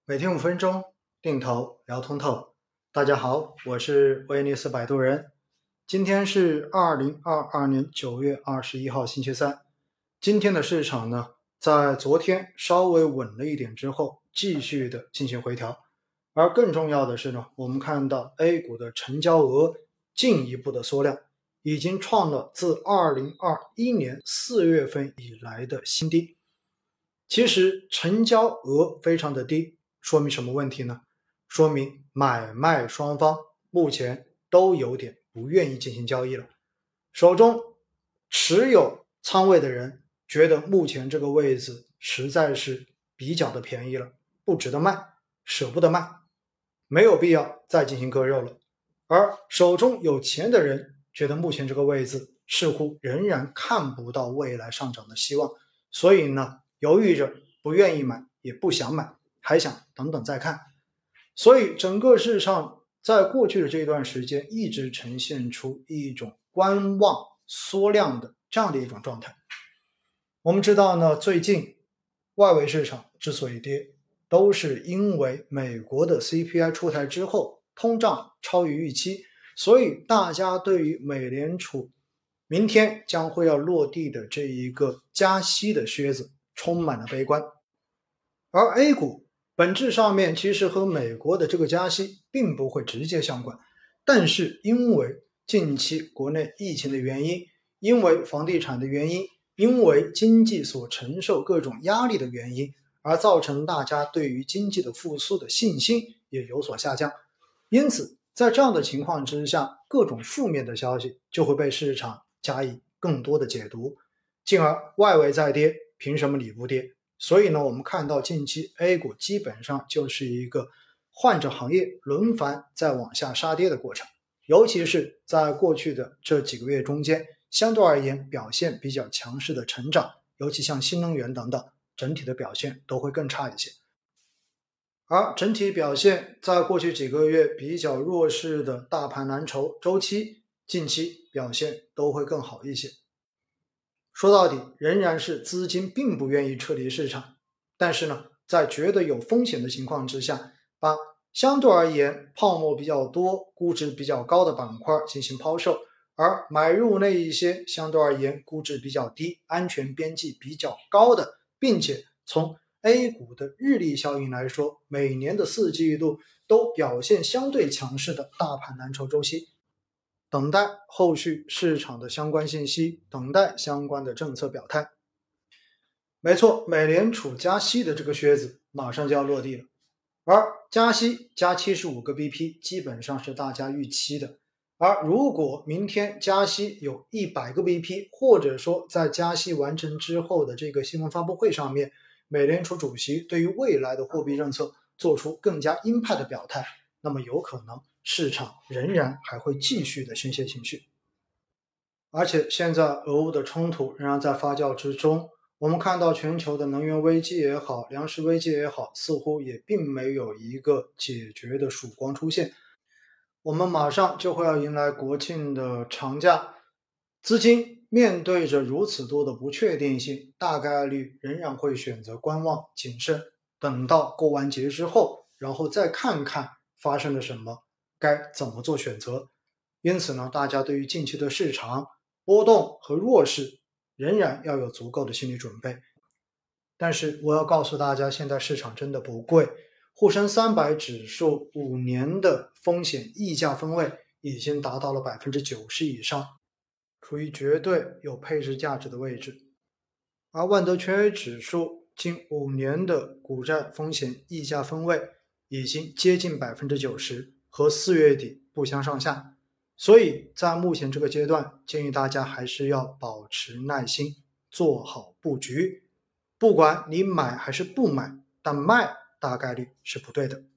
每天5分钟，定投聊通透。大家好，我是威尼斯摆渡人。今天是2022年9月21号，星期三。今天的市场呢，在昨天稍微稳了一点之后，继续的进行回调。而更重要的是呢，我们看到 A 股的成交额进一步的缩量，已经创了自2021年4月份以来的新低。其实成交额非常的低，说明什么问题呢？说明买卖双方目前都有点不愿意进行交易了。手中持有仓位的人觉得目前这个位置实在是比较的便宜了，不值得卖，舍不得卖，没有必要再进行割肉了。而手中有钱的人觉得目前这个位置似乎仍然看不到未来上涨的希望，所以呢，犹豫着不愿意买，也不想买，还想等等再看。所以整个市场在过去的这段时间一直呈现出一种观望缩量的这样的一种状态。我们知道呢，最近外围市场之所以跌，都是因为美国的 CPI 出台之后，通胀超于预期，所以大家对于美联储明天将会要落地的这一个加息的靴子充满了悲观。而 A 股本质上面其实和美国的这个加息并不会直接相关，但是因为近期国内疫情的原因，因为房地产的原因，因为经济所承受各种压力的原因，而造成大家对于经济的复苏的信心也有所下降。因此在这样的情况之下，各种负面的消息就会被市场加以更多的解读，进而外围在跌，凭什么你不跌？所以呢，我们看到近期 A 股基本上就是一个换着行业轮番在往下杀跌的过程，尤其是在过去的这几个月中间，相对而言表现比较强势的成长，尤其像新能源等等，整体的表现都会更差一些。而整体表现在过去几个月比较弱势的大盘蓝筹周期，近期表现都会更好一些。说到底，仍然是资金并不愿意撤离市场，但是呢，在觉得有风险的情况之下，把相对而言泡沫比较多、估值比较高的板块进行抛售，而买入那一些相对而言估值比较低、安全边际比较高的，并且从 A 股的日历效应来说，每年的4季度都表现相对强势的大盘蓝筹周期，等待后续市场的相关信息，等待相关的政策表态。没错，美联储加息的这个靴子马上就要落地了，而加息加75个 BP 基本上是大家预期的。而如果明天加息有100个 BP， 或者说在加息完成之后的这个新闻发布会上面，美联储主席对于未来的货币政策做出更加鹰派的表态，那么有可能市场仍然还会继续的宣泄情绪。而且现在俄乌的冲突仍然在发酵之中，我们看到全球的能源危机也好，粮食危机也好，似乎也并没有一个解决的曙光出现。我们马上就会要迎来国庆的长假，资金面对着如此多的不确定性，大概率仍然会选择观望谨慎，等到过完节之后，然后再看看发生了什么，该怎么做选择。因此呢，大家对于近期的市场波动和弱势仍然要有足够的心理准备。但是我要告诉大家，现在市场真的不贵，沪深300指数5年的风险溢价分位已经达到了90%以上，处于绝对有配置价值的位置。而万德全 A 指数近5年的股债风险溢价分位已经接近90%，和4月底不相上下。所以在目前这个阶段，建议大家还是要保持耐心，做好布局。不管你买还是不买，但卖大概率是不对的。